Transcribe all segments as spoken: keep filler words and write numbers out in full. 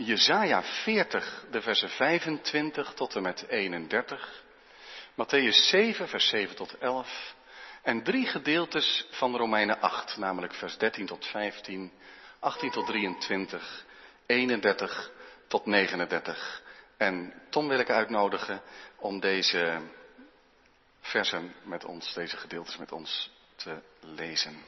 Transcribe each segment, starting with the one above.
Jesaja veertig, de versen vijfentwintig tot en met eenendertig. Matthäus zeven, vers zeven tot elf. En drie gedeeltes van Romeinen acht, namelijk vers dertien tot vijftien, achttien tot drieëntwintig, eenendertig tot negenendertig. En Tom wil ik uitnodigen om deze versen met ons, deze gedeeltes met ons te lezen.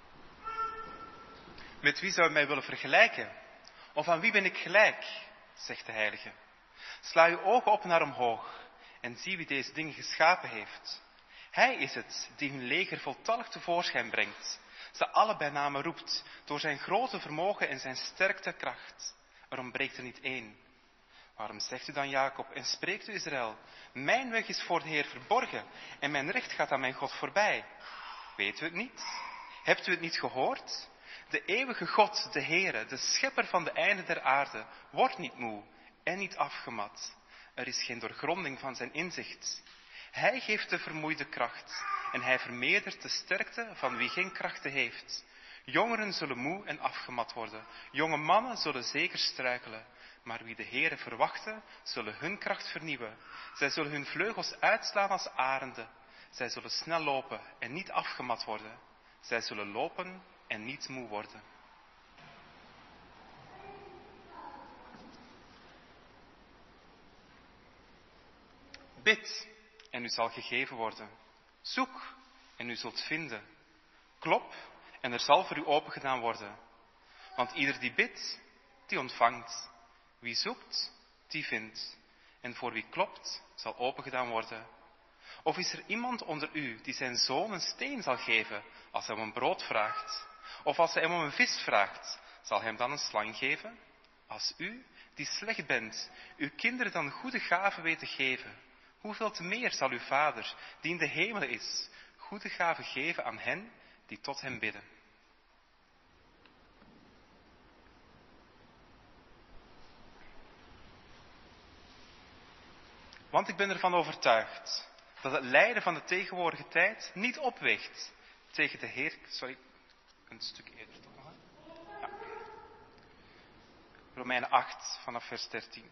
Met wie zou u mij willen vergelijken? Of aan wie ben ik gelijk? Zegt de heilige. Sla uw ogen op naar omhoog en zie wie deze dingen geschapen heeft. Hij is het die hun leger voltallig tevoorschijn brengt. Ze alle bij name roept door zijn grote vermogen en zijn sterkte kracht. Er ontbreekt er niet één. Waarom zegt u dan Jacob en spreekt u Israël? Mijn weg is voor de Heer verborgen en mijn recht gaat aan mijn God voorbij. Weet u het niet? Hebt u het niet gehoord? De eeuwige God, de Heere, de schepper van de einden der aarde, wordt niet moe en niet afgemat. Er is geen doorgronding van zijn inzicht. Hij geeft de vermoeide kracht en hij vermeerdert de sterkte van wie geen krachten heeft. Jongeren zullen moe en afgemat worden. Jonge mannen zullen zeker struikelen. Maar wie de Heere verwachten, zullen hun kracht vernieuwen. Zij zullen hun vleugels uitslaan als arenden. Zij zullen snel lopen en niet afgemat worden. Zij zullen lopen en niet moe worden. Bid en u zal gegeven worden. Zoek en u zult vinden. Klop en er zal voor u opengedaan worden. Want ieder die bidt, die ontvangt. Wie zoekt, die vindt. En voor wie klopt, zal opengedaan worden. Of is er iemand onder u die zijn zoon een steen zal geven als hij om een brood vraagt? Of als hij hem om een vis vraagt, zal hij hem dan een slang geven? Als u, die slecht bent, uw kinderen dan goede gaven weet te geven, hoeveel te meer zal uw Vader, die in de hemelen is, goede gaven geven aan hen die tot hem bidden. Want ik ben ervan overtuigd dat het lijden van de tegenwoordige tijd niet opweegt tegen de Heer... Sorry, een stuk eerder toch nog? Ja. Romeinen acht, vanaf vers dertien.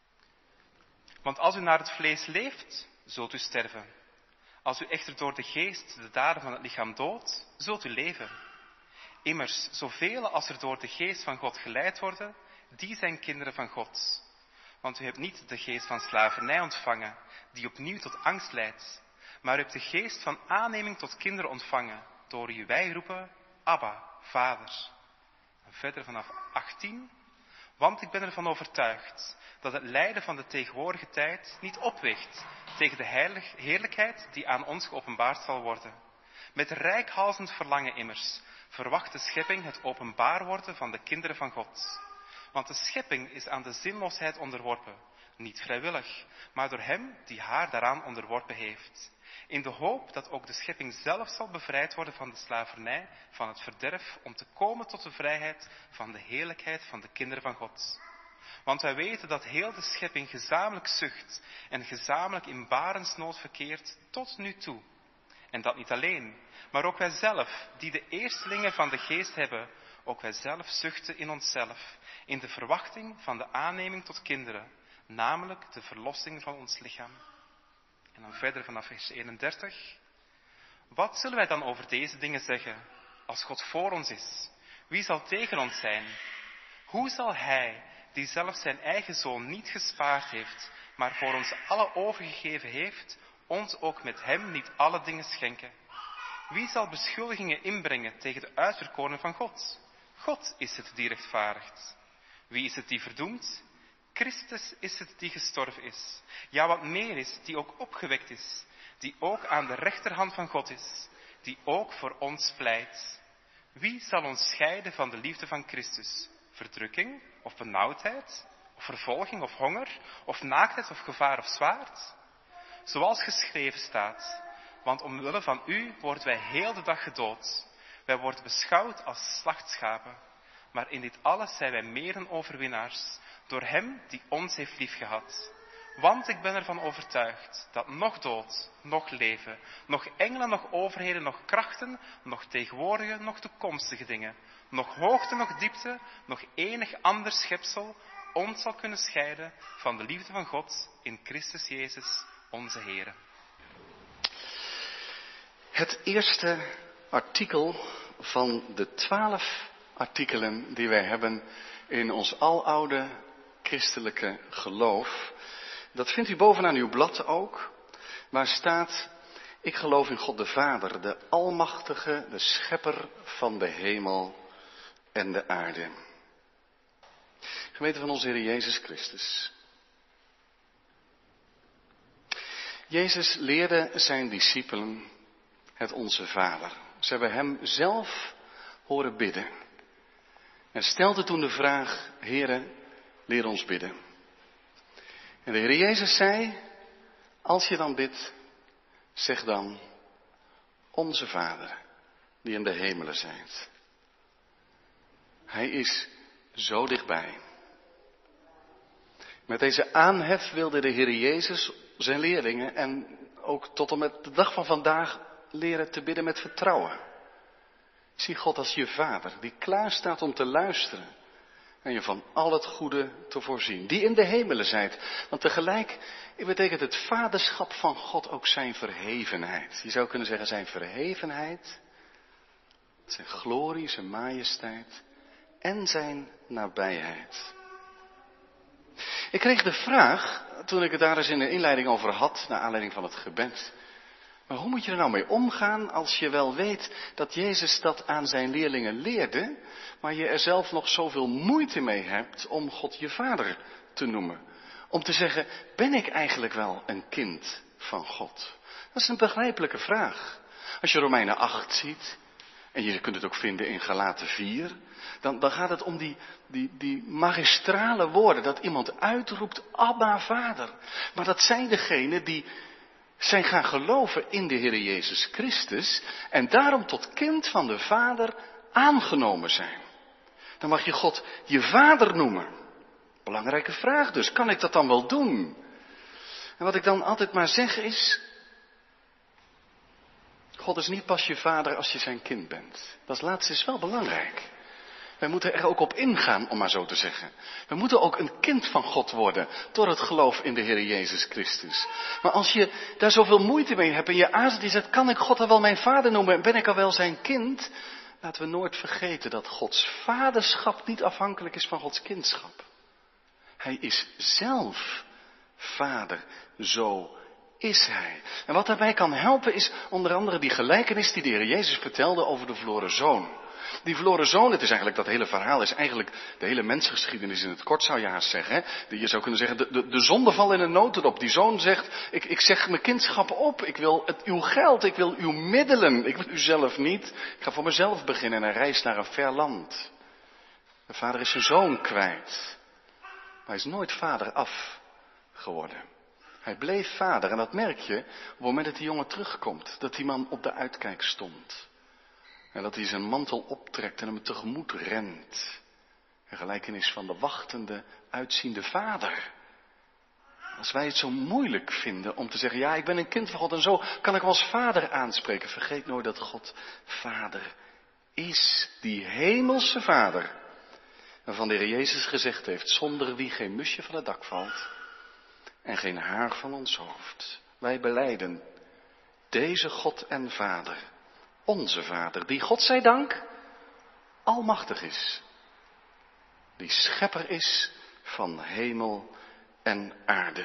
Want als u naar het vlees leeft, zult u sterven. Als u echter door de geest de daden van het lichaam doodt, zult u leven. Immers, zoveel als er door de geest van God geleid worden, die zijn kinderen van God. Want u hebt niet de geest van slavernij ontvangen, die opnieuw tot angst leidt. Maar u hebt de geest van aanneming tot kinderen ontvangen, door wie wij roepen, Abba, Vader. En verder vanaf achttien. Want ik ben ervan overtuigd dat het lijden van de tegenwoordige tijd niet opweegt tegen de heilig, heerlijkheid die aan ons geopenbaard zal worden. Met reikhalzend verlangen immers verwacht de schepping het openbaar worden van de kinderen van God. Want de schepping is aan de zinloosheid onderworpen, niet vrijwillig, maar door hem die haar daaraan onderworpen heeft. In de hoop dat ook de schepping zelf zal bevrijd worden van de slavernij, van het verderf, om te komen tot de vrijheid van de heerlijkheid van de kinderen van God. Want wij weten dat heel de schepping gezamenlijk zucht en gezamenlijk in barensnood verkeert tot nu toe. En dat niet alleen, maar ook wij zelf, die de eerstelingen van de geest hebben, ook wij zelf zuchten in onszelf, in de verwachting van de aanneming tot kinderen, namelijk de verlossing van ons lichaam. En dan verder vanaf vers eenendertig. Wat zullen wij dan over deze dingen zeggen? Als God voor ons is, wie zal tegen ons zijn? Hoe zal Hij, die zelf zijn eigen zoon niet gespaard heeft, maar voor ons alle overgegeven heeft, ons ook met hem niet alle dingen schenken? Wie zal beschuldigingen inbrengen tegen de uitverkorenen van God? God is het die rechtvaardigt. Wie is het die verdoemt? Christus is het die gestorven is. Ja, wat meer is, die ook opgewekt is. Die ook aan de rechterhand van God is. Die ook voor ons pleit. Wie zal ons scheiden van de liefde van Christus? Verdrukking of benauwdheid? Of vervolging of honger? Of naaktheid of gevaar of zwaard? Zoals geschreven staat. Want omwille van u worden wij heel de dag gedood. Wij worden beschouwd als slachtschapen. Maar in dit alles zijn wij meer dan overwinnaars, door hem die ons heeft liefgehad. Want ik ben ervan overtuigd dat nog dood, nog leven, nog engelen, nog overheden, nog krachten, nog tegenwoordige, nog toekomstige dingen, nog hoogte, nog diepte, nog enig ander schepsel, ons zal kunnen scheiden van de liefde van God in Christus Jezus, onze Heer. Het eerste artikel van de twaalf artikelen die wij hebben in ons aloude christelijke geloof. Dat vindt u bovenaan uw blad ook, waar staat: ik geloof in God de Vader, de Almachtige, de Schepper van de hemel en de aarde. Gemeente van onze Heer Jezus Christus. Jezus leerde zijn discipelen het Onze Vader. Ze hebben hem zelf horen bidden. En stelde toen de vraag: Heere, leer ons bidden. En de Heer Jezus zei: als je dan bidt, zeg dan: Onze Vader, die in de hemelen zijt. Hij is zo dichtbij. Met deze aanhef wilde de Heer Jezus zijn leerlingen en ook tot en met de dag van vandaag leren te bidden met vertrouwen. Zie God als je Vader, die klaar staat om te luisteren en je van al het goede te voorzien. Die in de hemelen zijt. Want tegelijk betekent het vaderschap van God ook zijn verhevenheid. Je zou kunnen zeggen zijn verhevenheid, zijn glorie, zijn majesteit en zijn nabijheid. Ik kreeg de vraag, toen ik het daar eens in de inleiding over had, naar aanleiding van het gebed: maar hoe moet je er nou mee omgaan als je wel weet dat Jezus dat aan zijn leerlingen leerde, maar je er zelf nog zoveel moeite mee hebt om God je Vader te noemen? Om te zeggen: ben ik eigenlijk wel een kind van God? Dat is een begrijpelijke vraag. Als je Romeinen acht ziet, en je kunt het ook vinden in Galaten vier, dan, dan gaat het om die, die, die magistrale woorden, dat iemand uitroept: Abba, Vader. Maar dat zijn degenen die zijn gaan geloven in de Heer Jezus Christus en daarom tot kind van de Vader aangenomen zijn. Dan mag je God je Vader noemen. Belangrijke vraag dus, kan ik dat dan wel doen? En wat ik dan altijd maar zeg is: God is niet pas je Vader als je zijn kind bent. Dat laatste is wel belangrijk. Wij moeten er ook op ingaan, om maar zo te zeggen. We moeten ook een kind van God worden door het geloof in de Heer Jezus Christus. Maar als je daar zoveel moeite mee hebt en je aarzelt, je zegt: kan ik God al wel mijn vader noemen en ben ik al wel zijn kind? Laten we nooit vergeten dat Gods vaderschap niet afhankelijk is van Gods kindschap. Hij is zelf vader, zo is hij. En wat daarbij kan helpen is onder andere die gelijkenis die de Heer Jezus vertelde over de verloren zoon. Die verloren zoon, het is eigenlijk, dat hele verhaal is eigenlijk de hele mensgeschiedenis in het kort, zou je haast zeggen. Hè? Je zou kunnen zeggen, de, de, de zondeval in een notendop. Die zoon zegt: ik, ik zeg mijn kindschap op, ik wil het, uw geld, ik wil uw middelen, ik wil u zelf niet. Ik ga voor mezelf beginnen en hij reist naar een ver land. De vader is zijn zoon kwijt. Maar hij is nooit vader af geworden. Hij bleef vader en dat merk je op het moment dat die jongen terugkomt. Dat die man op de uitkijk stond. En dat hij zijn mantel optrekt en hem tegemoet rent. Een gelijkenis van de wachtende, uitziende vader. Als wij het zo moeilijk vinden om te zeggen: ja, ik ben een kind van God en zo kan ik hem als vader aanspreken. Vergeet nooit dat God vader is. Die hemelse vader. Waarvan de Heer Jezus gezegd heeft: zonder wie geen musje van het dak valt. En geen haar van ons hoofd. Wij belijden deze God en Vader. Onze Vader, die God zij dank almachtig is. Die schepper is van hemel en aarde.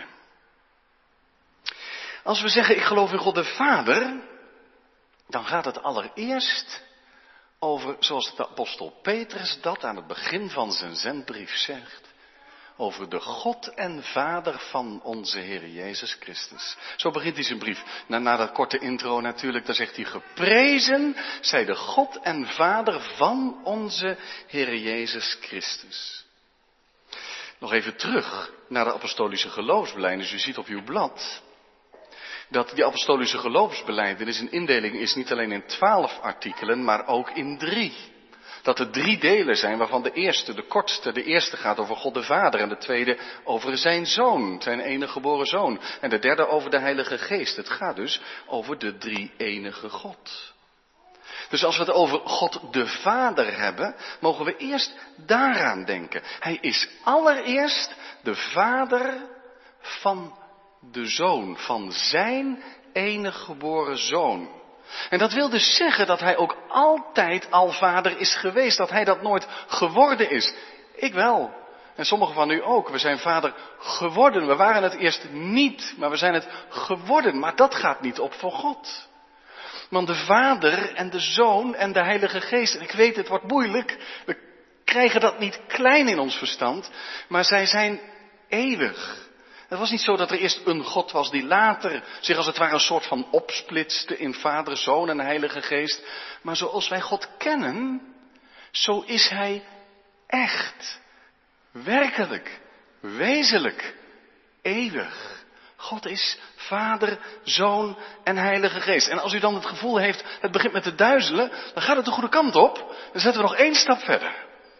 Als we zeggen: ik geloof in God de Vader, dan gaat het allereerst over, zoals de apostel Petrus dat aan het begin van zijn zendbrief zegt, over de God en Vader van onze Heer Jezus Christus. Zo begint hij zijn brief. Na, na dat korte intro natuurlijk, dan zegt hij: geprezen zij de God en Vader van onze Heer Jezus Christus. Nog even terug naar de apostolische geloofsbelijdenis. U ziet op uw blad dat die apostolische geloofsbelijdenis een indeling is niet alleen in twaalf artikelen, maar ook in drie. Dat er drie delen zijn, waarvan de eerste, de kortste, de eerste gaat over God de Vader en de tweede over zijn Zoon, zijn enige geboren Zoon. En de derde over de Heilige Geest. Het gaat dus over de drie enige God. Dus als we het over God de Vader hebben, mogen we eerst daaraan denken. Hij is allereerst de Vader van de Zoon, van zijn enige geboren Zoon. En dat wil dus zeggen dat hij ook altijd al Vader is geweest, dat hij dat nooit geworden is. Ik wel. En sommigen van u ook. We zijn Vader geworden. We waren het eerst niet, maar we zijn het geworden. Maar dat gaat niet op voor God. Want de Vader en de Zoon en de Heilige Geest, en ik weet het wordt moeilijk, we krijgen dat niet klein in ons verstand, maar zij zijn eeuwig. Het was niet zo dat er eerst een God was die later zich als het ware een soort van opsplitste in Vader, Zoon en Heilige Geest. Maar zoals wij God kennen, zo is Hij echt, werkelijk, wezenlijk, eeuwig. God is Vader, Zoon en Heilige Geest. En als u dan het gevoel heeft, het begint met te duizelen, dan gaat het de goede kant op. Dan zetten we nog één stap verder.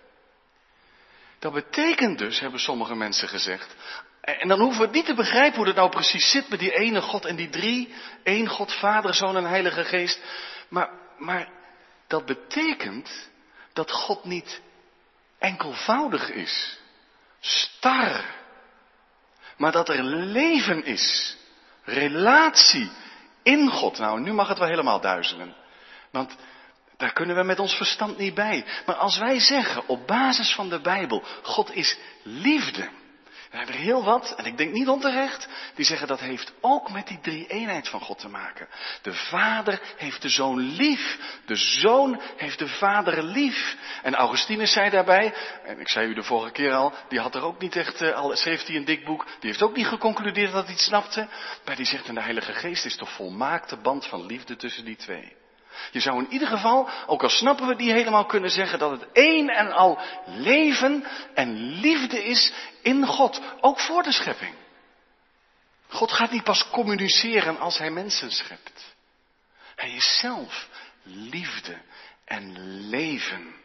Dat betekent dus, hebben sommige mensen gezegd, en dan hoeven we het niet te begrijpen hoe het nou precies zit met die ene God en die drie, één God, Vader, Zoon en Heilige Geest. Maar, maar dat betekent dat God niet enkelvoudig is, star, maar dat er leven is, relatie in God. Nou, nu mag het wel helemaal duizelen, want daar kunnen we met ons verstand niet bij. Maar als wij zeggen op basis van de Bijbel, God is liefde, dan hebben er heel wat, en ik denk niet onterecht, die zeggen dat heeft ook met die drie-eenheid van God te maken. De Vader heeft de Zoon lief, de Zoon heeft de Vader lief. En Augustinus zei daarbij, en ik zei u de vorige keer al, die had er ook niet echt, uh, al schreef hij een dik boek, die heeft ook niet geconcludeerd dat hij het snapte. Maar die zegt, en de Heilige Geest is toch volmaakte band van liefde tussen die twee. Je zou in ieder geval, ook al snappen we het niet helemaal, kunnen zeggen dat het één en al leven en liefde is in God, ook voor de schepping. God gaat niet pas communiceren als hij mensen schept. Hij is zelf liefde en leven.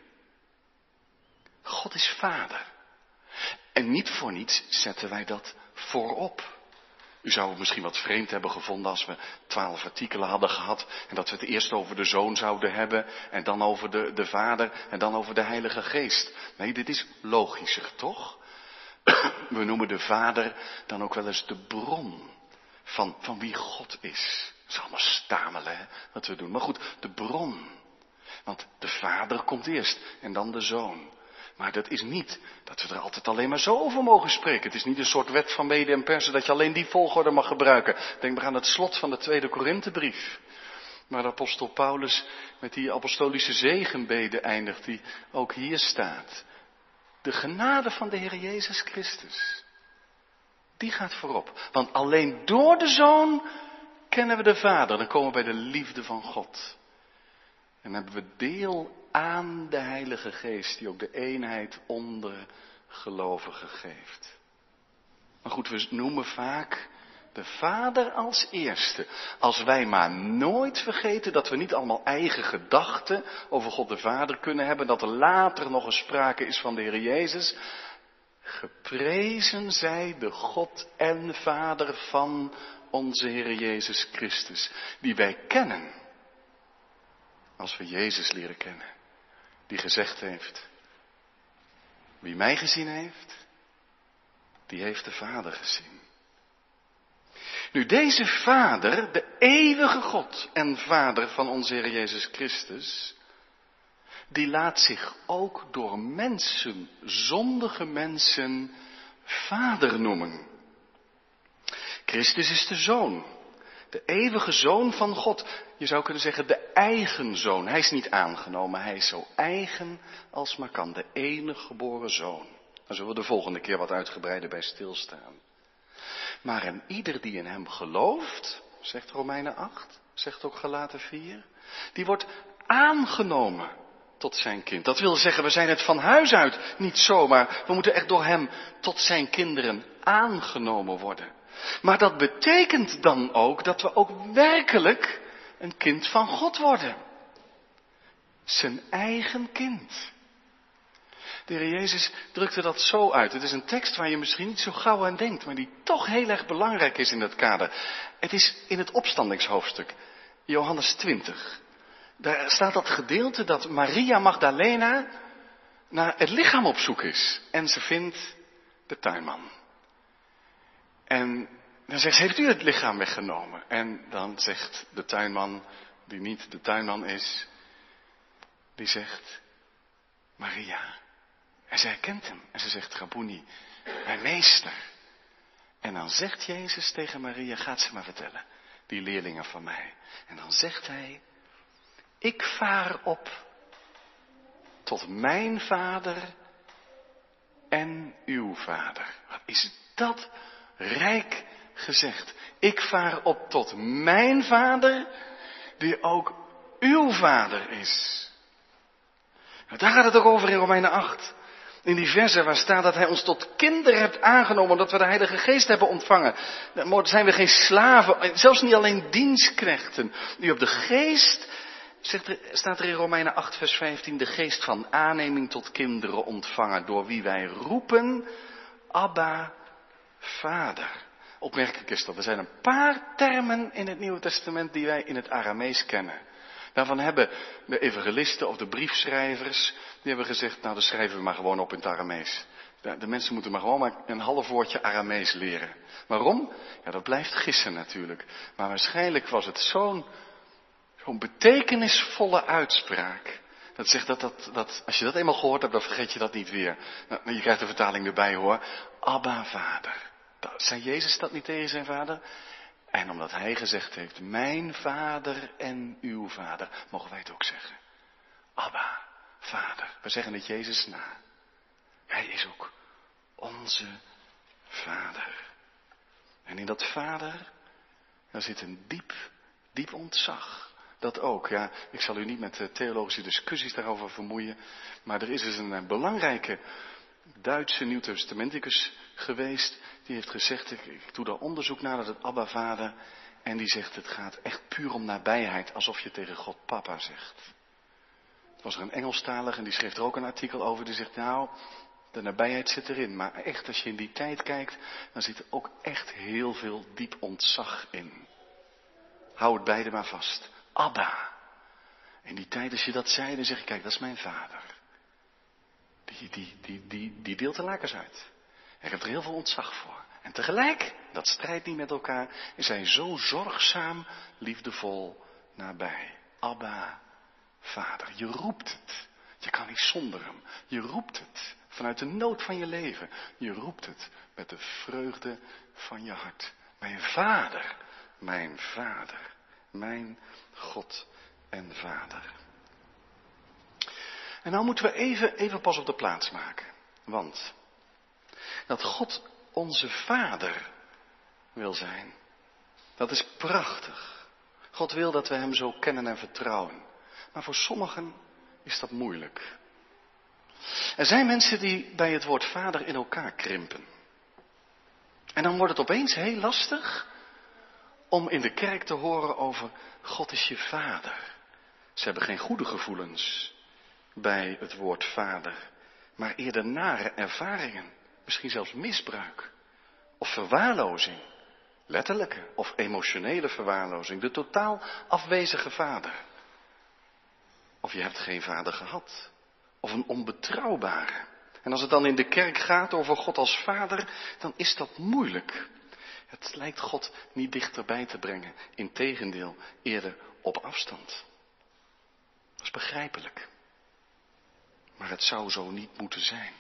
God is Vader. En niet voor niets zetten wij dat voorop. U zou het misschien wat vreemd hebben gevonden als we twaalf artikelen hadden gehad en dat we het eerst over de Zoon zouden hebben en dan over de, de Vader en dan over de Heilige Geest. Nee, dit is logischer, toch? We noemen de Vader dan ook wel eens de bron van, van wie God is. Dat is allemaal stamelen, hè, wat we doen. Maar goed, de bron. Want de Vader komt eerst en dan de Zoon. Maar dat is niet dat we er altijd alleen maar zo over mogen spreken. Het is niet een soort wet van mede en persen dat je alleen die volgorde mag gebruiken. Denk maar aan het slot van de tweede Korinthebrief. Waar de apostel Paulus met die apostolische zegenbede eindigt die ook hier staat. De genade van de Heer Jezus Christus. Die gaat voorop. Want alleen door de Zoon kennen we de Vader. Dan komen we bij de liefde van God. En dan hebben we deel aan de Heilige Geest die ook de eenheid onder gelovigen geeft. Maar goed, we noemen vaak de Vader als eerste. Als wij maar nooit vergeten dat we niet allemaal eigen gedachten over God de Vader kunnen hebben. Dat er later nog eens sprake is van de Heer Jezus. Geprezen zij de God en Vader van onze Heer Jezus Christus. Die wij kennen. Als we Jezus leren kennen. Die gezegd heeft. Wie mij gezien heeft. Die heeft de Vader gezien. Nu deze Vader, de eeuwige God en Vader van onze Heer Jezus Christus, die laat zich ook door mensen, zondige mensen, Vader noemen. Christus is de Zoon, de eeuwige Zoon van God. Je zou kunnen zeggen de eigen Zoon. Hij is niet aangenomen, hij is zo eigen als maar kan, de enige geboren Zoon. Daar zullen we de volgende keer wat uitgebreider bij stilstaan. Maar en ieder die in hem gelooft, zegt Romeinen acht, zegt ook Galaten vier, die wordt aangenomen tot zijn kind. Dat wil zeggen, we zijn het van huis uit niet zomaar. We moeten echt door hem tot zijn kinderen aangenomen worden. Maar dat betekent dan ook dat we ook werkelijk een kind van God worden. Zijn eigen kind. De Heer Jezus drukte dat zo uit. Het is een tekst waar je misschien niet zo gauw aan denkt, maar die toch heel erg belangrijk is in dat kader. Het is in het opstandingshoofdstuk, Johannes twintig. Daar staat dat gedeelte dat Maria Magdalena naar het lichaam op zoek is. En ze vindt de tuinman. En dan zegt ze, heeft u het lichaam weggenomen? En dan zegt de tuinman, die niet de tuinman is, die zegt, Maria. En zij herkent hem. En ze zegt, Rabboni, mijn meester. En dan zegt Jezus tegen Maria, gaat ze maar vertellen, die leerlingen van mij. En dan zegt hij, ik vaar op tot mijn vader en uw vader. Wat is dat rijk gezegd. Ik vaar op tot mijn vader, die ook uw vader is. Nou, daar gaat het ook over in Romeinen acht. In die verse waar staat dat hij ons tot kinderen hebt aangenomen, dat we de Heilige Geest hebben ontvangen. Dan zijn we geen slaven, zelfs niet alleen dienstknechten. Nu op de Geest, zegt er, staat er in Romeinen acht vers vijftien, de Geest van aanneming tot kinderen ontvangen, door wie wij roepen, Abba, Vader. Opmerkelijk is dat, er zijn een paar termen in het Nieuwe Testament die wij in het Aramees kennen. Daarvan hebben de evangelisten of de briefschrijvers, die hebben gezegd, nou, dat schrijven we maar gewoon op in het Aramees. De mensen moeten maar gewoon maar een half woordje Aramees leren. Waarom? Ja, dat blijft gissen natuurlijk. Maar waarschijnlijk was het zo'n, zo'n betekenisvolle uitspraak. Dat zegt dat, dat, dat, als je dat eenmaal gehoord hebt, dan vergeet je dat niet weer. Nou, je krijgt de vertaling erbij hoor. Abba, Vader. Zei Jezus dat niet tegen zijn vader? En omdat hij gezegd heeft, mijn vader en uw vader, mogen wij het ook zeggen. Abba, Vader. We zeggen het Jezus na. Hij is ook onze Vader. En in dat Vader, daar zit een diep, diep ontzag. Dat ook, ja. Ik zal u niet met theologische discussies daarover vermoeien. Maar er is dus een belangrijke Duitse Nieuwtestamenticus geweest. Die heeft gezegd, ik, ik doe daar onderzoek naar, dat het Abba Vader. En die zegt, het gaat echt puur om nabijheid, alsof je tegen God Papa zegt. Er was er een Engelstalige en die schreef er ook een artikel over. Die zegt, nou, de nabijheid zit erin. Maar echt, als je in die tijd kijkt, dan zit er ook echt heel veel diep ontzag in. Hou het beide maar vast. Abba. In die tijd, als je dat zei, dan zeg je, kijk, dat is mijn vader. Die, die, die, die, die deelt de lakens uit. Hij heeft er heel veel ontzag voor. En tegelijk, dat strijdt niet met elkaar, is hij zo zorgzaam, liefdevol nabij. Abba, Vader. Je roept het. Je kan niet zonder hem. Je roept het vanuit de nood van je leven. Je roept het met de vreugde van je hart. Mijn Vader, mijn Vader, mijn God en Vader. En nou moeten we even, even pas op de plaats maken. Want dat God onze Vader wil zijn, dat is prachtig. God wil dat we hem zo kennen en vertrouwen. Maar voor sommigen is dat moeilijk. Er zijn mensen die bij het woord vader in elkaar krimpen. En dan wordt het opeens heel lastig om in de kerk te horen over God is je vader. Ze hebben geen goede gevoelens bij het woord vader, maar eerder nare ervaringen, misschien zelfs misbruik of verwaarlozing, letterlijke of emotionele verwaarlozing, de totaal afwezige vader. Of je hebt geen vader gehad, of een onbetrouwbare. En als het dan in de kerk gaat over God als vader, dan is dat moeilijk. Het lijkt God niet dichterbij te brengen, integendeel eerder op afstand. Dat is begrijpelijk. Maar het zou zo niet moeten zijn.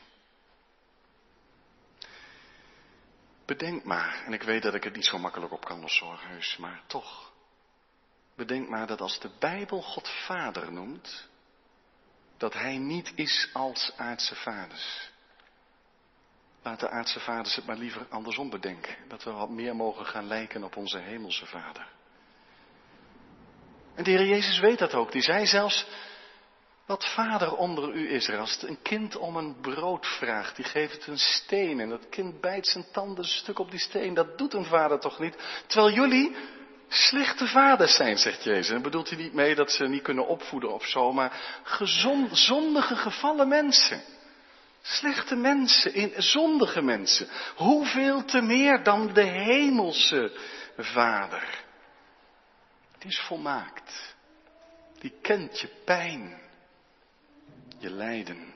Bedenk maar, en ik weet dat ik het niet zo makkelijk op kan lossen hoor, heus, maar toch. Bedenk maar dat als de Bijbel God vader noemt, dat hij niet is als aardse vaders. Laat de aardse vaders het maar liever andersom bedenken. Dat we wat meer mogen gaan lijken op onze hemelse vader. En de Heer Jezus weet dat ook. Die zei zelfs, wat vader onder u is er. Als het een kind om een brood vraagt, die geeft het een steen. En dat kind bijt zijn tanden een stuk op die steen. Dat doet een vader toch niet? Terwijl jullie slechte vaders zijn, zegt Jezus. En bedoelt hij niet mee dat ze niet kunnen opvoeden of zo. Maar gezond, zondige gevallen mensen. Slechte mensen, in, zondige mensen. Hoeveel te meer dan de hemelse vader. Het is volmaakt. Die kent je pijn, je lijden.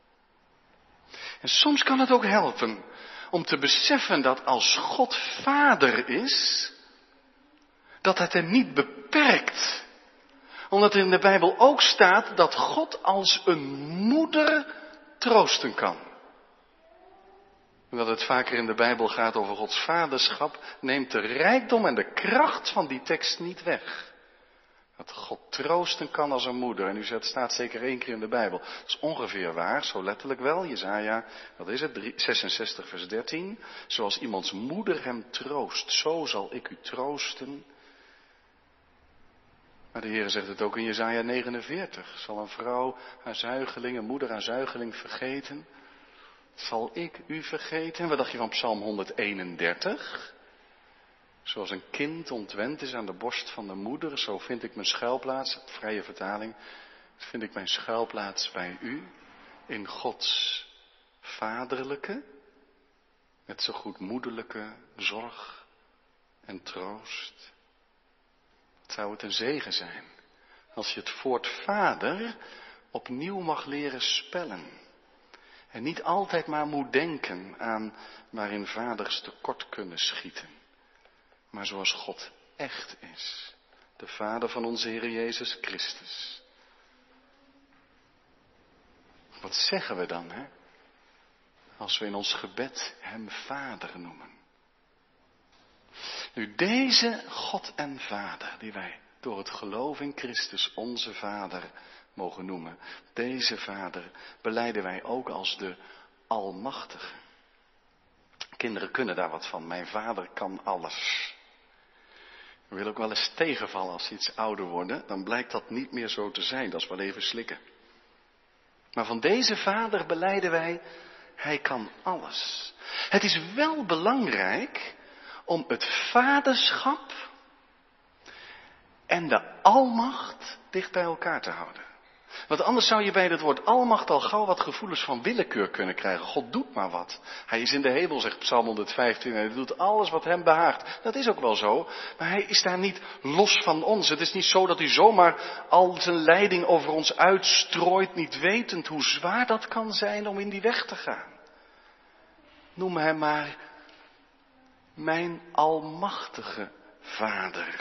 En soms kan het ook helpen om te beseffen dat als God vader is, dat het hem niet beperkt. Omdat er in de Bijbel ook staat dat God als een moeder troosten kan. Omdat het vaker in de Bijbel gaat over Gods vaderschap, neemt de rijkdom en de kracht van die tekst niet weg. Dat God troosten kan als een moeder. En u zegt, staat zeker één keer in de Bijbel. Dat is ongeveer waar, zo letterlijk wel. Jesaja, wat is het, zesenzestig vers dertien. Zoals iemands moeder hem troost, zo zal ik u troosten. Maar de Heer zegt het ook in Jesaja negenenveertig. Zal een vrouw haar zuigeling, een moeder haar zuigeling vergeten? Zal ik u vergeten? En wat dacht je van Psalm honderdeenendertig? Zoals een kind ontwend is aan de borst van de moeder, zo vind ik mijn schuilplaats, vrije vertaling, vind ik mijn schuilplaats bij u, in Gods vaderlijke, net zo goed moederlijke zorg en troost. Het zou het een zegen zijn, als je het woord vader opnieuw mag leren spellen. En niet altijd maar moet denken aan waarin vaders tekort kunnen schieten. Maar zoals God echt is. De Vader van onze Heer Jezus Christus. Wat zeggen we dan, hè? Als we in ons gebed hem Vader noemen. Nu, deze God en Vader, die wij door het geloof in Christus onze Vader mogen noemen. Deze Vader belijden wij ook als de Almachtige. Kinderen kunnen daar wat van. Mijn vader kan alles. We willen ook wel eens tegenvallen als ze iets ouder worden. Dan blijkt dat niet meer zo te zijn. Dat is wel even slikken. Maar van deze vader belijden wij, hij kan alles. Het is wel belangrijk om het vaderschap en de almacht dicht bij elkaar te houden. Want anders zou je bij het woord almacht al gauw wat gevoelens van willekeur kunnen krijgen. God doet maar wat. Hij is in de hemel, zegt Psalm honderdvijftien, en hij doet alles wat hem behaagt. Dat is ook wel zo, maar hij is daar niet los van ons. Het is niet zo dat hij zomaar al zijn leiding over ons uitstrooit, niet wetend hoe zwaar dat kan zijn om in die weg te gaan. Noem hem maar mijn almachtige Vader.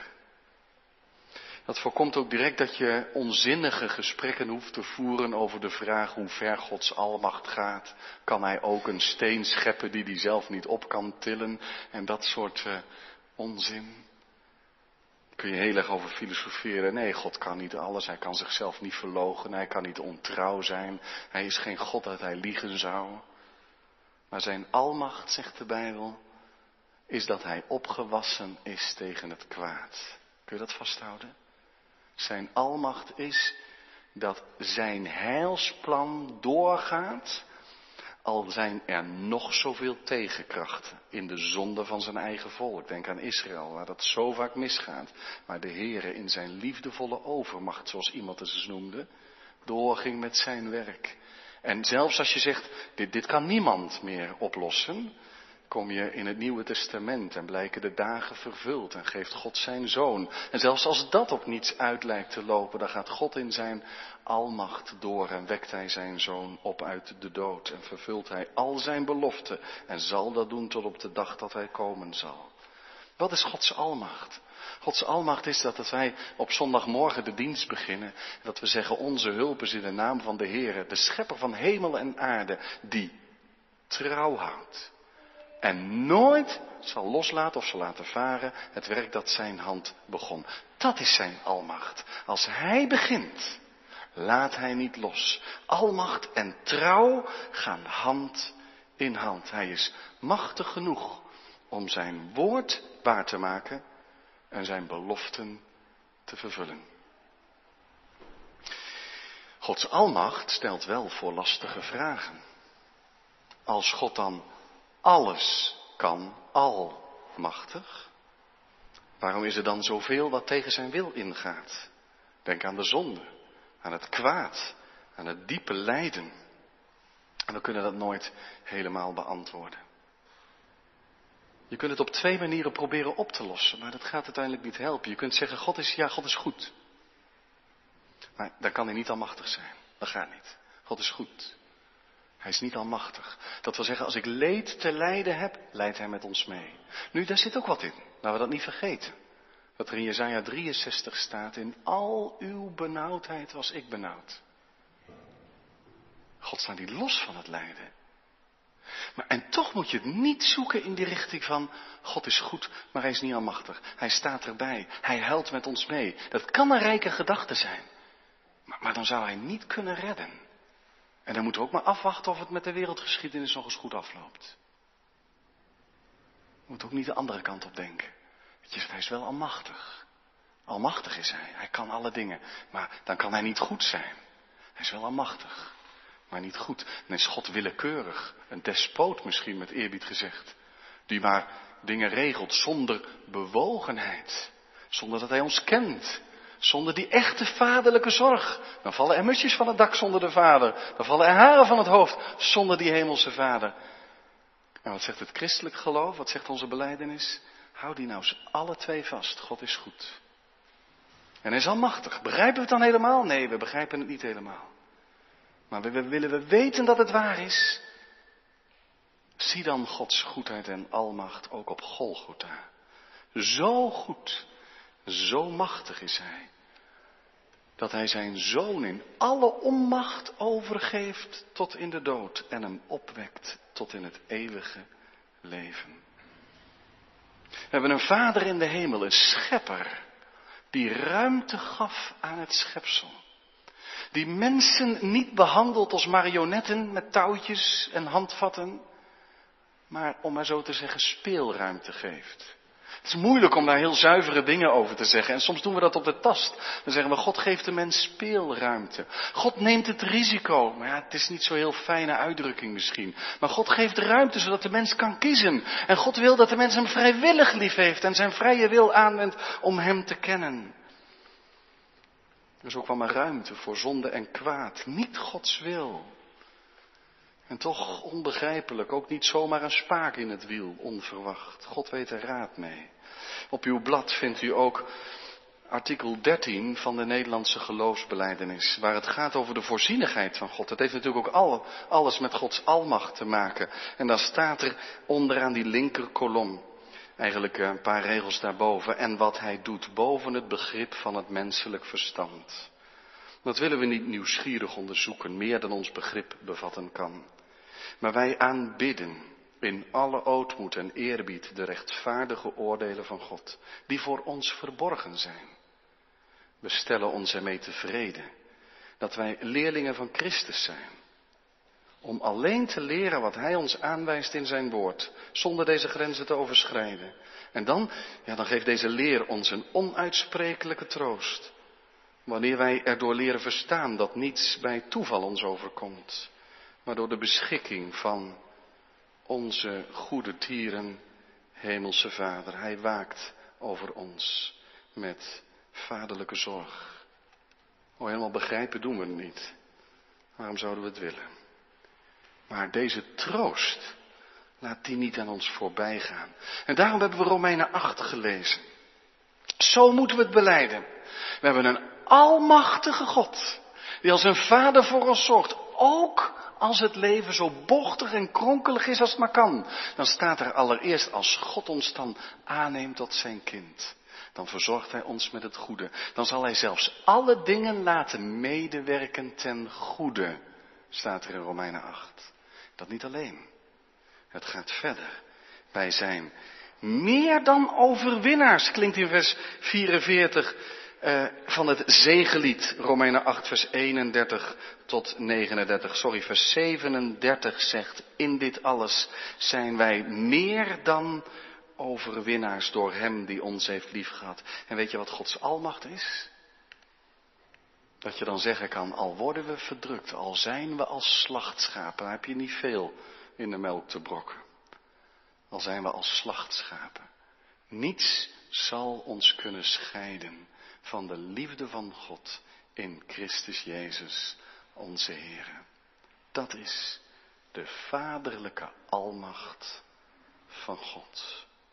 Dat voorkomt ook direct dat je onzinnige gesprekken hoeft te voeren over de vraag hoe ver Gods almacht gaat. Kan hij ook een steen scheppen die hij zelf niet op kan tillen? En dat soort uh, onzin. Daar kun je heel erg over filosoferen. Nee, God kan niet alles. Hij kan zichzelf niet verloochenen. Hij kan niet ontrouw zijn. Hij is geen God dat hij liegen zou. Maar zijn almacht, zegt de Bijbel, is dat hij opgewassen is tegen het kwaad. Kun je dat vasthouden? Zijn almacht is dat zijn heilsplan doorgaat, al zijn er nog zoveel tegenkrachten in de zonde van zijn eigen volk. Denk aan Israël, waar dat zo vaak misgaat. Maar de Heere in zijn liefdevolle overmacht, zoals iemand het eens noemde, doorging met zijn werk. En zelfs als je zegt, dit, dit kan niemand meer oplossen, kom je in het Nieuwe Testament en blijken de dagen vervuld en geeft God zijn zoon. En zelfs als dat op niets uit lijkt te lopen, dan gaat God in zijn almacht door en wekt hij zijn zoon op uit de dood. En vervult hij al zijn beloften en zal dat doen tot op de dag dat hij komen zal. Wat is Gods almacht? Gods almacht is dat als wij op zondagmorgen de dienst beginnen, dat we zeggen onze hulp is in de naam van de Heere, de schepper van hemel en aarde, die trouw houdt. En nooit zal loslaten of zal laten varen het werk dat zijn hand begon. Dat is zijn almacht. Als hij begint, laat hij niet los. Almacht en trouw gaan hand in hand. Hij is machtig genoeg om zijn woord waar te maken en zijn beloften te vervullen. Gods almacht stelt wel voor lastige vragen. Als God dan alles kan, almachtig, waarom is er dan zoveel wat tegen zijn wil ingaat? Denk aan de zonde, aan het kwaad, aan het diepe lijden. En we kunnen dat nooit helemaal beantwoorden. Je kunt het op twee manieren proberen op te lossen, maar dat gaat uiteindelijk niet helpen. Je kunt zeggen, God is, ja, God is goed. Maar dan kan hij niet almachtig zijn. Dat gaat niet. God is goed. Hij is niet almachtig. Dat wil zeggen, als ik leed te lijden heb, leidt hij met ons mee. Nu, daar zit ook wat in. Laten we dat niet vergeten. Wat er in Jesaja drieënzestig staat, in al uw benauwdheid was ik benauwd. God staat niet los van het lijden. Maar, en toch moet je het niet zoeken in die richting van, God is goed, maar hij is niet almachtig. Hij staat erbij. Hij huilt met ons mee. Dat kan een rijke gedachte zijn. Maar, maar dan zou hij niet kunnen redden. En dan moeten we ook maar afwachten of het met de wereldgeschiedenis nog eens goed afloopt. We moeten ook niet de andere kant op denken. Weet je, hij is wel almachtig. Almachtig is hij. Hij kan alle dingen. Maar dan kan hij niet goed zijn. Hij is wel almachtig. Maar niet goed. Dan is God willekeurig. Een despoot misschien, met eerbied gezegd. Die maar dingen regelt zonder bewogenheid. Zonder dat hij ons kent. Zonder die echte vaderlijke zorg. Dan vallen er musjes van het dak zonder de vader. Dan vallen er haren van het hoofd zonder die hemelse vader. En wat zegt het christelijk geloof? Wat zegt onze belijdenis? Hou die nou eens alle twee vast. God is goed. En hij is almachtig. Begrijpen we het dan helemaal? Nee, we begrijpen het niet helemaal. Maar we, we, willen we weten dat het waar is? Zie dan Gods goedheid en almacht ook op Golgotha. Zo goed, zo machtig is hij. Dat hij zijn zoon in alle onmacht overgeeft tot in de dood. En hem opwekt tot in het eeuwige leven. We hebben een Vader in de hemel, een schepper. Die ruimte gaf aan het schepsel. Die mensen niet behandelt als marionetten met touwtjes en handvatten. Maar om maar zo te zeggen speelruimte geeft. Het is moeilijk om daar heel zuivere dingen over te zeggen. En soms doen we dat op de tast. Dan zeggen we, God geeft de mens speelruimte. God neemt het risico. Maar ja, het is niet zo'n heel fijne uitdrukking misschien. Maar God geeft ruimte zodat de mens kan kiezen. En God wil dat de mens hem vrijwillig lief heeft. En zijn vrije wil aanwendt om hem te kennen. Er is ook wel maar ruimte voor zonde en kwaad. Niet Gods wil. En toch onbegrijpelijk, ook niet zomaar een spaak in het wiel, onverwacht. God weet er raad mee. Op uw blad vindt u ook artikel dertien van de Nederlandse geloofsbelijdenis, waar het gaat over de voorzienigheid van God. Dat heeft natuurlijk ook al, alles met Gods almacht te maken. En dan staat er onderaan die linker kolom, eigenlijk een paar regels daarboven, en wat hij doet boven het begrip van het menselijk verstand. Dat willen we niet nieuwsgierig onderzoeken, meer dan ons begrip bevatten kan. Maar wij aanbidden in alle ootmoed en eerbied de rechtvaardige oordelen van God, die voor ons verborgen zijn. We stellen ons ermee tevreden dat wij leerlingen van Christus zijn. Om alleen te leren wat Hij ons aanwijst in zijn woord, zonder deze grenzen te overschrijden. En dan, ja, dan geeft deze leer ons een onuitsprekelijke troost. Wanneer wij erdoor leren verstaan dat niets bij toeval ons overkomt, maar door de beschikking van onze goede tieren, hemelse Vader. Hij waakt over ons met vaderlijke zorg. Oh, helemaal begrijpen doen we het niet. Waarom zouden we het willen? Maar deze troost, laat die niet aan ons voorbij gaan. En daarom hebben we Romeinen acht gelezen. Zo moeten we het belijden. We hebben een almachtige God, die als een vader voor ons zorgt. Ook als het leven zo bochtig en kronkelig is als het maar kan. Dan staat er allereerst, als God ons dan aanneemt tot zijn kind. Dan verzorgt hij ons met het goede. Dan zal hij zelfs alle dingen laten medewerken ten goede. Staat er in Romeinen acht. Dat niet alleen. Het gaat verder. Wij zijn meer dan overwinnaars, klinkt in vers vierenveertig uh, van het zegelied. Romeinen acht vers eenendertig tot negenendertig. Sorry, vers zevenendertig zegt, in dit alles zijn wij meer dan overwinnaars door hem die ons heeft liefgehad. En weet je wat Gods almacht is? Dat je dan zeggen kan, al worden we verdrukt, al zijn we als slachtschapen, dan heb je niet veel in de melk te brokken. Al zijn we als slachtschapen. Niets zal ons kunnen scheiden van de liefde van God in Christus Jezus, onze Heer. Dat is de vaderlijke almacht van God.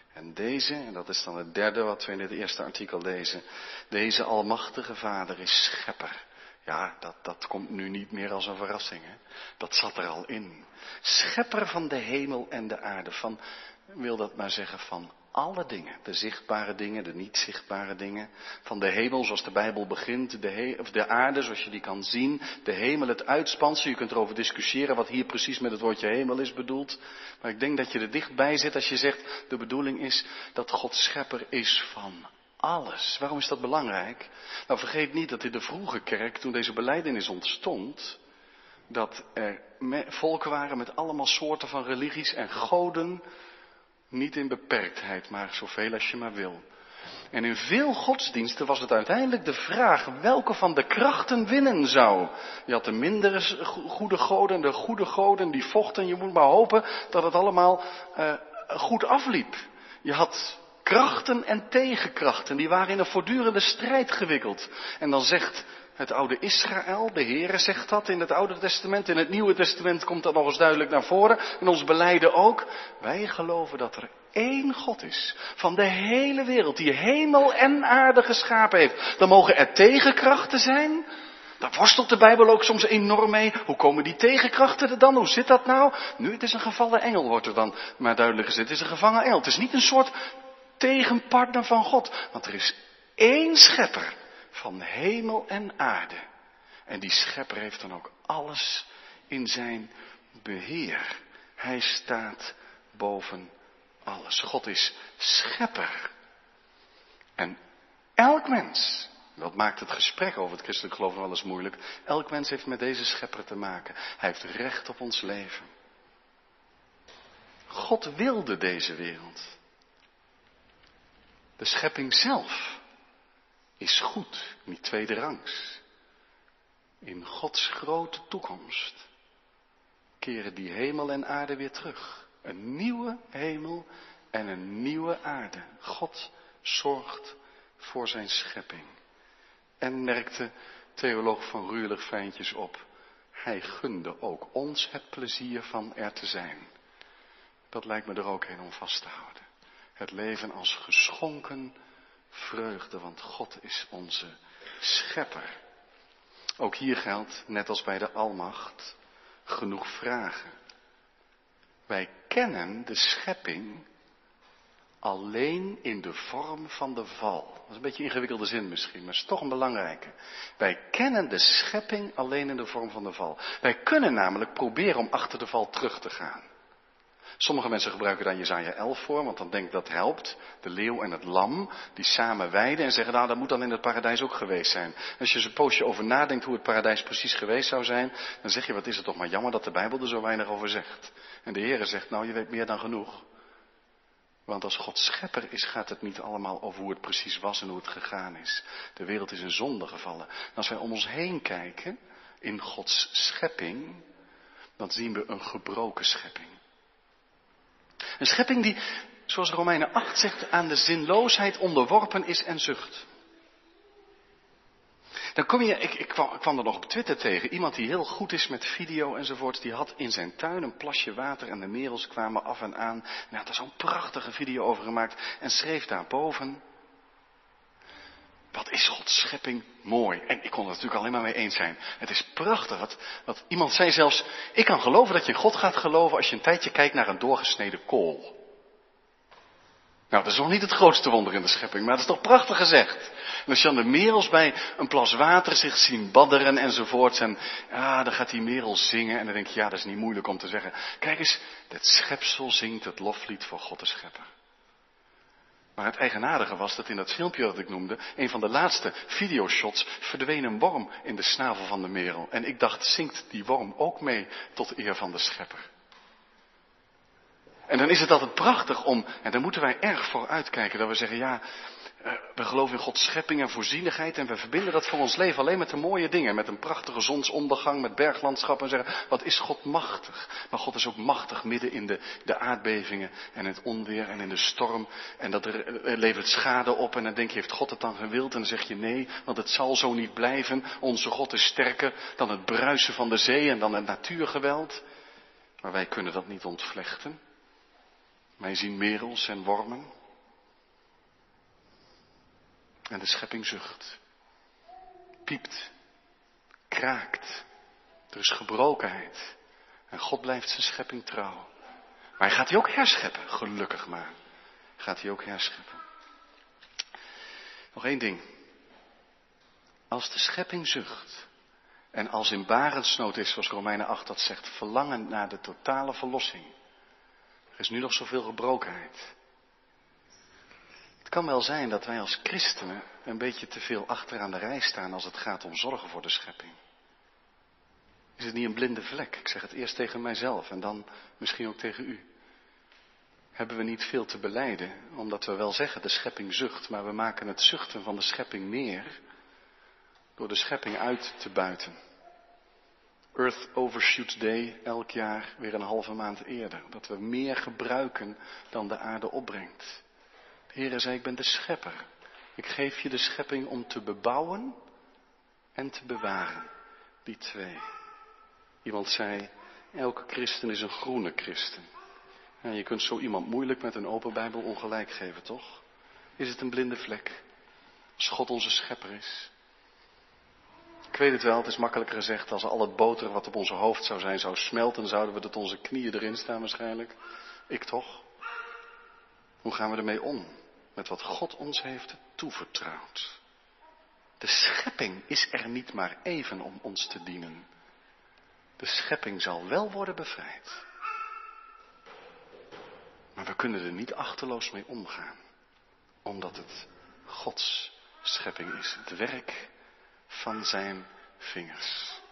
En deze, en dat is dan het derde wat we in het eerste artikel lezen, deze almachtige Vader is schepper. Ja, dat, dat komt nu niet meer als een verrassing, hè? Dat zat er al in. Schepper van de hemel en de aarde, van, wil dat maar zeggen, van alle dingen. De zichtbare dingen, de niet zichtbare dingen. Van de hemel zoals de Bijbel begint, de, he, of de aarde zoals je die kan zien. De hemel, het uitspansel. Je kunt erover discussiëren wat hier precies met het woordje hemel is bedoeld. Maar ik denk dat je er dichtbij zit als je zegt, de bedoeling is dat God schepper is van alles. Waarom is dat belangrijk? Nou, vergeet niet dat in de vroege kerk, toen deze belijdenis ontstond, dat er volken waren met allemaal soorten van religies en goden. Niet in beperktheid, maar zoveel als je maar wil. En in veel godsdiensten was het uiteindelijk de vraag welke van de krachten winnen zou. Je had de mindere goede goden, de goede goden die vochten. Je moet maar hopen dat het allemaal uh, goed afliep. Je had krachten en tegenkrachten, die waren in een voortdurende strijd gewikkeld. En dan zegt het oude Israël, de Heere zegt dat in het Oude Testament. In het Nieuwe Testament komt dat nog eens duidelijk naar voren. In ons belijden ook. Wij geloven dat er één God is. Van de hele wereld. Die hemel en aarde geschapen heeft. Dan mogen er tegenkrachten zijn. Daar worstelt de Bijbel ook soms enorm mee. Hoe komen die tegenkrachten er dan? Hoe zit dat nou? Nu, het is een gevallen engel, wordt er dan maar duidelijk gezet. Het is een gevangen engel. Het is niet een soort tegenpartner van God. Want er is één schepper. Van hemel en aarde. En die schepper heeft dan ook alles in zijn beheer. Hij staat boven alles. God is schepper. En elk mens, dat maakt het gesprek over het christelijk geloof wel eens moeilijk. Elk mens heeft met deze schepper te maken. Hij heeft recht op ons leven. God wilde deze wereld. De schepping zelf is goed, niet tweederangs. In Gods grote toekomst keren die hemel en aarde weer terug. Een nieuwe hemel en een nieuwe aarde. God zorgt voor zijn schepping. En merkte theoloog van Ruurlig Fijntjes op, hij gunde ook ons het plezier van er te zijn. Dat lijkt me er ook een om vast te houden. Het leven als geschonken vreugde, want God is onze schepper. Ook hier geldt, net als bij de almacht, genoeg vragen. Wij kennen de schepping alleen in de vorm van de val. Dat is een beetje een ingewikkelde zin misschien, maar het is toch een belangrijke. Wij kennen de schepping alleen in de vorm van de val. Wij kunnen namelijk proberen om achter de val terug te gaan. Sommige mensen gebruiken daar Jesaja elf voor, want dan denkt dat helpt. De leeuw en het lam, die samen weiden en zeggen, nou dat moet dan in het paradijs ook geweest zijn. En als je eens een poosje over nadenkt hoe het paradijs precies geweest zou zijn, dan zeg je, wat is het toch maar jammer dat de Bijbel er zo weinig over zegt. En de Heere zegt, nou je weet meer dan genoeg. Want als God schepper is, gaat het niet allemaal over hoe het precies was en hoe het gegaan is. De wereld is in zonde gevallen. En als wij om ons heen kijken, in Gods schepping, dan zien we een gebroken schepping. Een schepping die, zoals Romeinen acht zegt, aan de zinloosheid onderworpen is en zucht. Dan kom je, ik, ik, kwam, ik kwam er nog op Twitter tegen, iemand die heel goed is met video enzovoort, die had in zijn tuin een plasje water en de merels kwamen af en aan. En hij had er zo'n prachtige video over gemaakt en schreef daarboven, wat is Gods schepping mooi. En ik kon het natuurlijk alleen maar mee eens zijn. Het is prachtig. Wat, wat iemand zei zelfs, ik kan geloven dat je in God gaat geloven als je een tijdje kijkt naar een doorgesneden kool. Nou, dat is nog niet het grootste wonder in de schepping, maar dat is toch prachtig gezegd. En als je dan de merels bij een plas water zich zien badderen enzovoort, en ja, dan gaat die merel zingen en dan denk je, ja, dat is niet moeilijk om te zeggen. Kijk eens, het schepsel zingt het loflied voor God de schepper. Maar het eigenaardige was dat in dat filmpje dat ik noemde, een van de laatste videoshots, verdween een worm in de snavel van de merel. En ik dacht, zingt die worm ook mee tot eer van de schepper? En dan is het altijd prachtig om, en daar moeten wij erg voor uitkijken, dat we zeggen, ja, we geloven in Gods schepping en voorzienigheid en we verbinden dat voor ons leven alleen met de mooie dingen, met een prachtige zonsondergang, met berglandschap en zeggen, wat is God machtig. Maar God is ook machtig midden in de, de aardbevingen en het onweer en in de storm en dat er, er levert schade op en dan denk je, heeft God het dan gewild? En dan zeg je nee, want het zal zo niet blijven. Onze God is sterker dan het bruisen van de zee en dan het natuurgeweld. Maar wij kunnen dat niet ontvlechten. Wij zien merels en wormen. En de schepping zucht. Piept. Kraakt. Er is gebrokenheid. En God blijft zijn schepping trouw. Maar hij gaat die ook herscheppen. Gelukkig maar. Gaat hij ook herscheppen. Nog één ding. Als de schepping zucht. En als in barensnood is, zoals Romeinen acht dat zegt, verlangen naar de totale verlossing. Er is nu nog zoveel gebrokenheid. Het kan wel zijn dat wij als christenen een beetje te veel achteraan de rij staan als het gaat om zorgen voor de schepping. Is het niet een blinde vlek? Ik zeg het eerst tegen mijzelf en dan misschien ook tegen u. Hebben we niet veel te belijden, omdat we wel zeggen de schepping zucht, maar we maken het zuchten van de schepping meer door de schepping uit te buiten. Earth Overshoot Day, elk jaar weer een halve maand eerder. Dat we meer gebruiken dan de aarde opbrengt. De Heere zei, ik ben de schepper. Ik geef je de schepping om te bebouwen en te bewaren. Die twee. Iemand zei, elke christen is een groene christen. Ja, je kunt zo iemand moeilijk met een open Bijbel ongelijk geven, toch? Is het een blinde vlek? Als God onze schepper is. Ik weet het wel, het is makkelijker gezegd als al het boter wat op onze hoofd zou zijn zou smelten, zouden we tot onze knieën erin staan waarschijnlijk. Ik toch? Hoe gaan we ermee om? Met wat God ons heeft toevertrouwd. De schepping is er niet maar even om ons te dienen. De schepping zal wel worden bevrijd. Maar we kunnen er niet achterloos mee omgaan. Omdat het Gods schepping is. Het werk van zijn vingers.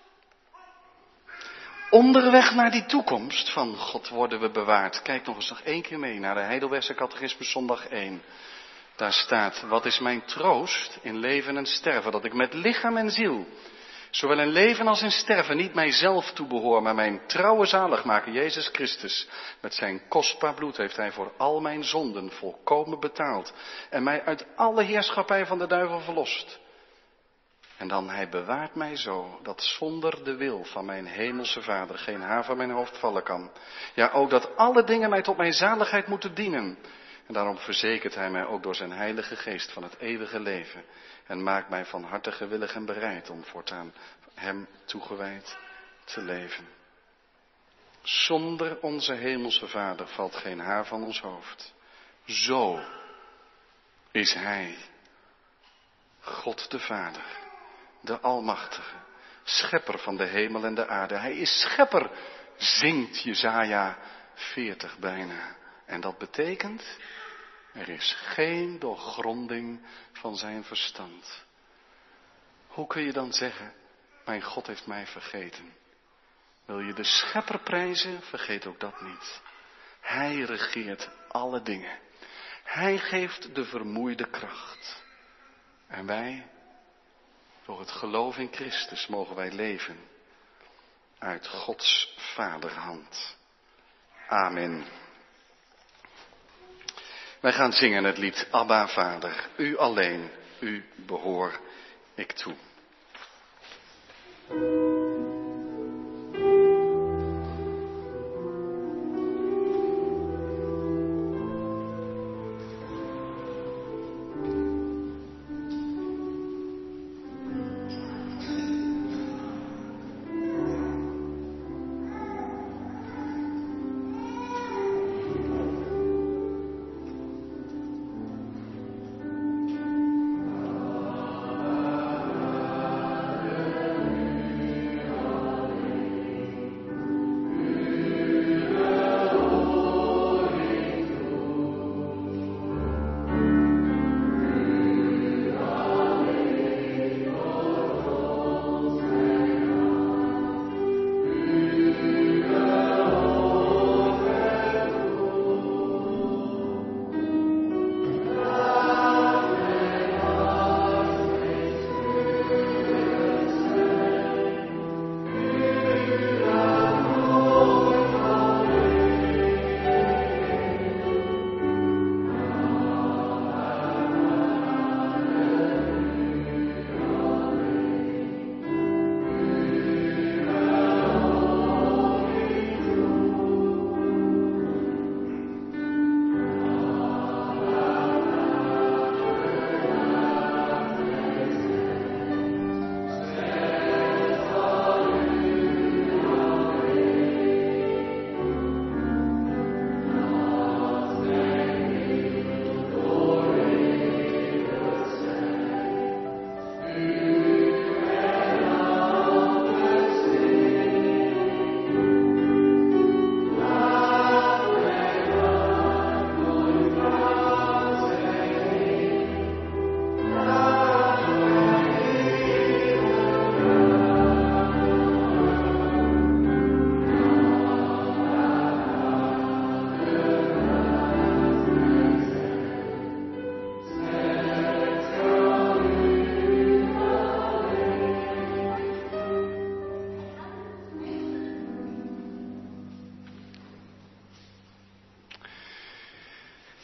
Onderweg naar die toekomst van God worden we bewaard. Kijk nog eens nog één keer mee naar de Heidelbergse Catechismus zondag één. Daar staat, wat is mijn troost in leven en sterven, dat ik met lichaam en ziel, zowel in leven als in sterven, niet mijzelf toebehoor, maar mijn trouwe zaligmaker Jezus Christus. Met zijn kostbaar bloed heeft hij voor al mijn zonden volkomen betaald en mij uit alle heerschappij van de duivel verlost. En dan hij bewaart mij zo, dat zonder de wil van mijn hemelse Vader geen haar van mijn hoofd vallen kan. Ja, ook dat alle dingen mij tot mijn zaligheid moeten dienen. En daarom verzekert hij mij ook door zijn heilige geest van het eeuwige leven. En maakt mij van harte gewillig en bereid om voortaan hem toegewijd te leven. Zonder onze hemelse Vader valt geen haar van ons hoofd. Zo is hij, God de Vader, de Almachtige, schepper van de hemel en de aarde. Hij is schepper, zingt Jesaja veertig bijna. En dat betekent, er is geen doorgronding van zijn verstand. Hoe kun je dan zeggen, mijn God heeft mij vergeten? Wil je de schepper prijzen, vergeet ook dat niet. Hij regeert alle dingen. Hij geeft de vermoeide kracht. En wij, door het geloof in Christus, mogen wij leven uit Gods vaderhand. Amen. Wij gaan zingen het lied Abba Vader, u alleen, u behoor ik toe.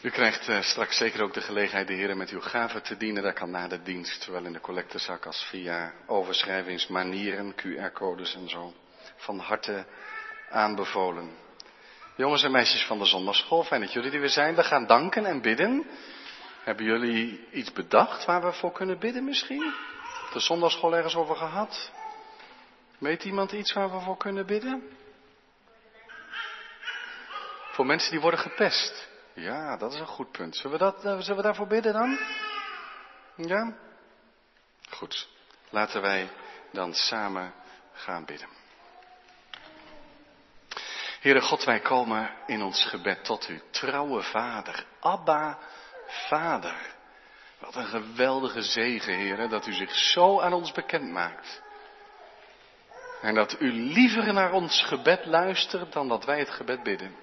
U krijgt uh, straks zeker ook de gelegenheid de Heer met uw gaven te dienen. Dat kan na de dienst, zowel in de collectezak als via overschrijvingsmanieren, Q R-codes en zo. Van harte aanbevolen. Jongens en meisjes van de zondagschool, fijn dat jullie er weer zijn. We gaan danken en bidden. Hebben jullie iets bedacht waar we voor kunnen bidden misschien? De zondagschool ergens over gehad? Weet iemand iets waar we voor kunnen bidden? Voor mensen die worden gepest. Ja, dat is een goed punt. Zullen we, dat, zullen we daarvoor bidden dan? Ja? Goed. Laten wij dan samen gaan bidden. Heere God, wij komen in ons gebed tot u. Trouwe Vader. Abba, Vader. Wat een geweldige zegen, Heere, dat u zich zo aan ons bekend maakt. En dat u liever naar ons gebed luistert dan dat wij het gebed bidden.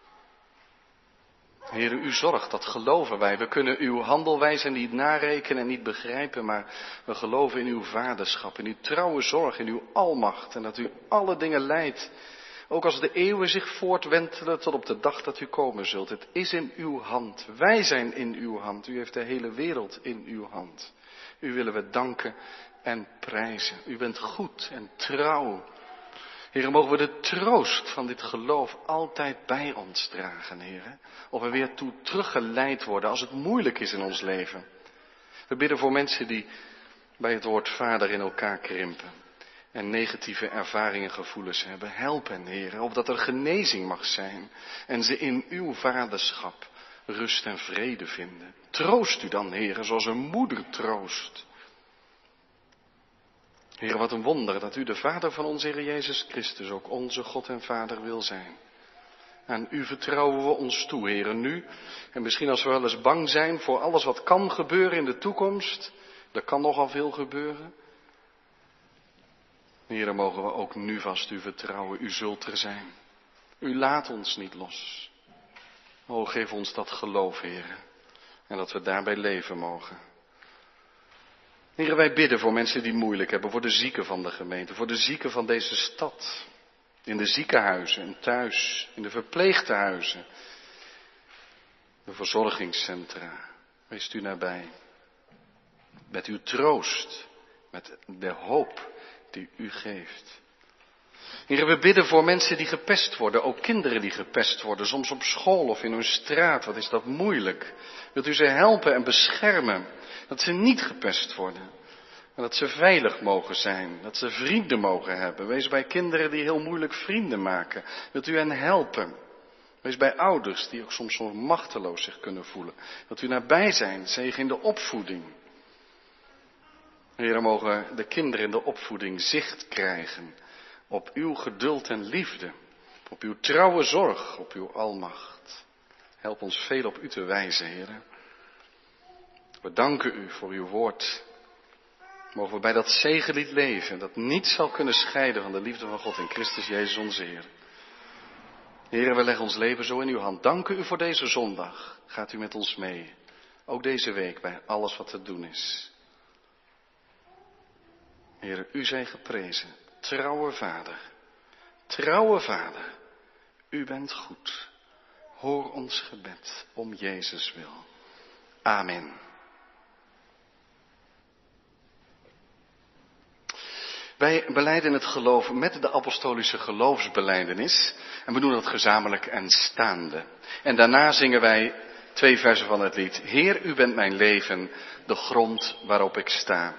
Heere, u zorgt, dat geloven wij. We kunnen uw handelwijze niet narekenen en niet begrijpen, maar we geloven in uw vaderschap, in uw trouwe zorg, in uw almacht en dat u alle dingen leidt. Ook als de eeuwen zich voortwentelen tot op de dag dat u komen zult. Het is in uw hand. Wij zijn in uw hand. U heeft de hele wereld in uw hand. U willen we danken en prijzen. U bent goed en trouw. Heere, mogen we de troost van dit geloof altijd bij ons dragen, Heere. Of we weer toe teruggeleid worden als het moeilijk is in ons leven. We bidden voor mensen die bij het woord vader in elkaar krimpen. En negatieve ervaringen, gevoelens hebben. Help hen, Heere, opdat er genezing mag zijn. En ze in uw vaderschap rust en vrede vinden. Troost u dan, Heere, zoals een moeder troost. Heere, wat een wonder dat u de Vader van onze Heer Jezus Christus ook onze God en Vader wil zijn. Aan u vertrouwen we ons toe, Heere, nu. En misschien als we wel eens bang zijn voor alles wat kan gebeuren in de toekomst. Er kan nogal veel gebeuren. Heere, mogen we ook nu vast u vertrouwen, u zult er zijn. U laat ons niet los. O, geef ons dat geloof, Heere. En dat we daarbij leven mogen. Heere, wij bidden voor mensen die het moeilijk hebben, voor de zieken van de gemeente, voor de zieken van deze stad. In de ziekenhuizen en thuis, in de verpleegtehuizen, de verzorgingscentra. Wees u nabij. Met uw troost, met de hoop die u geeft. Heere, we bidden voor mensen die gepest worden, ook kinderen die gepest worden, soms op school of in hun straat. Wat is dat moeilijk. Wilt u ze helpen en beschermen, dat ze niet gepest worden. En dat ze veilig mogen zijn, dat ze vrienden mogen hebben. Wees bij kinderen die heel moeilijk vrienden maken. Wilt u hen helpen. Wees bij ouders die ook soms zo machteloos zich kunnen voelen. Wilt u nabij zijn, zegen in de opvoeding. Heere, mogen de kinderen in de opvoeding zicht krijgen op uw geduld en liefde, op uw trouwe zorg, op uw almacht. Help ons veel op u te wijzen, Heere. We danken u voor uw woord. Mogen we bij dat zegenlied leven, dat niets zal kunnen scheiden van de liefde van God in Christus Jezus onze Heer. Heere, we leggen ons leven zo in uw hand. Danken u voor deze zondag. Gaat u met ons mee, ook deze week bij alles wat te doen is. Heere, u zij geprezen, trouwe Vader, trouwe Vader, u bent goed. Hoor ons gebed om Jezus wil. Amen. Wij belijden het geloof met de apostolische geloofsbelijdenis en we doen dat gezamenlijk en staande. En daarna zingen wij twee versen van het lied. Heer, u bent mijn leven, de grond waarop ik sta.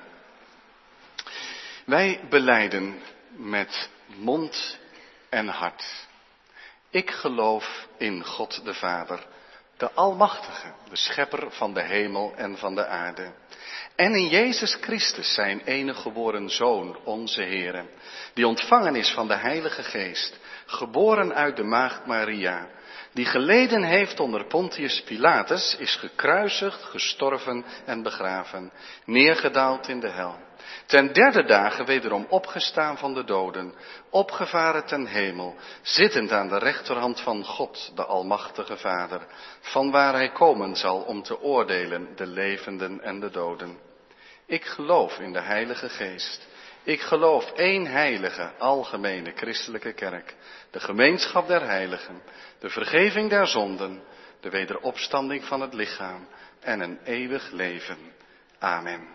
Wij belijden met mond en hart. Ik geloof in God de Vader, de Almachtige, de Schepper van de hemel en van de aarde. En in Jezus Christus, zijn enige geboren Zoon, onze Heere, die ontvangen is van de Heilige Geest, geboren uit de maagd Maria, die geleden heeft onder Pontius Pilatus, is gekruisigd, gestorven en begraven, neergedaald in de hel. Ten derde dagen wederom opgestaan van de doden, opgevaren ten hemel, zittend aan de rechterhand van God, de Almachtige Vader, vanwaar hij komen zal om te oordelen de levenden en de doden. Ik geloof in de Heilige Geest. Ik geloof één heilige, algemene christelijke kerk, de gemeenschap der heiligen, de vergeving der zonden, de wederopstanding van het lichaam en een eeuwig leven. Amen.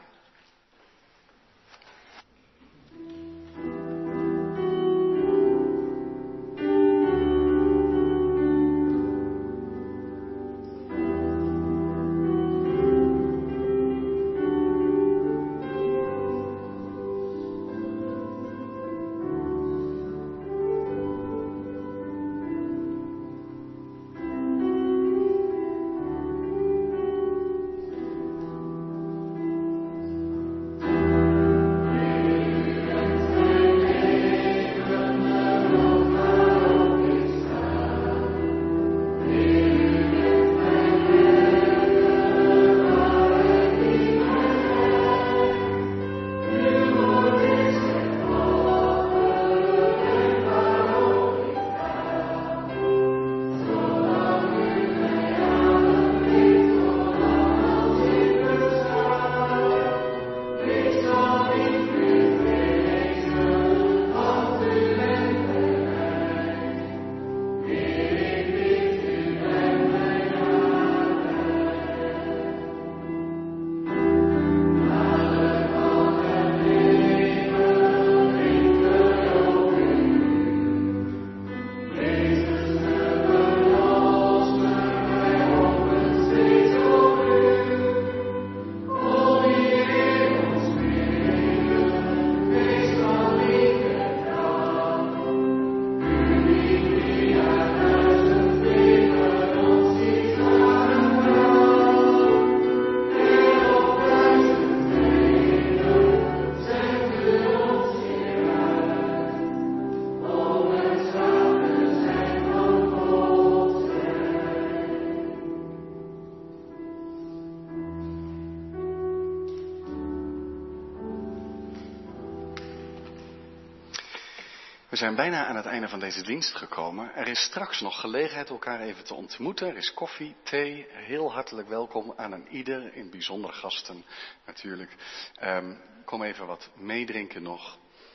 We zijn bijna aan het einde van deze dienst gekomen. Er is straks nog gelegenheid elkaar even te ontmoeten. Er is koffie, thee. Heel hartelijk welkom aan een ieder, in het bijzonder gasten natuurlijk. Um, kom even wat meedrinken nog.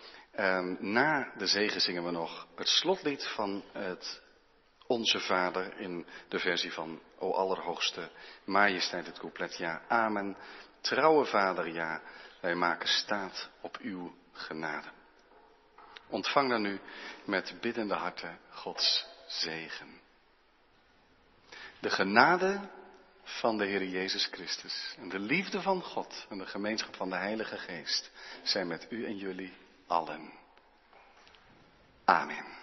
Um, na de zegen zingen we nog het slotlied van het Onze Vader in de versie van O Allerhoogste Majesteit, het couplet. Ja, amen. Trouwe Vader, ja, wij maken staat op uw genade. Ontvang dan nu met biddende harten Gods zegen. De genade van de Heer Jezus Christus en de liefde van God en de gemeenschap van de Heilige Geest zijn met u en jullie allen. Amen.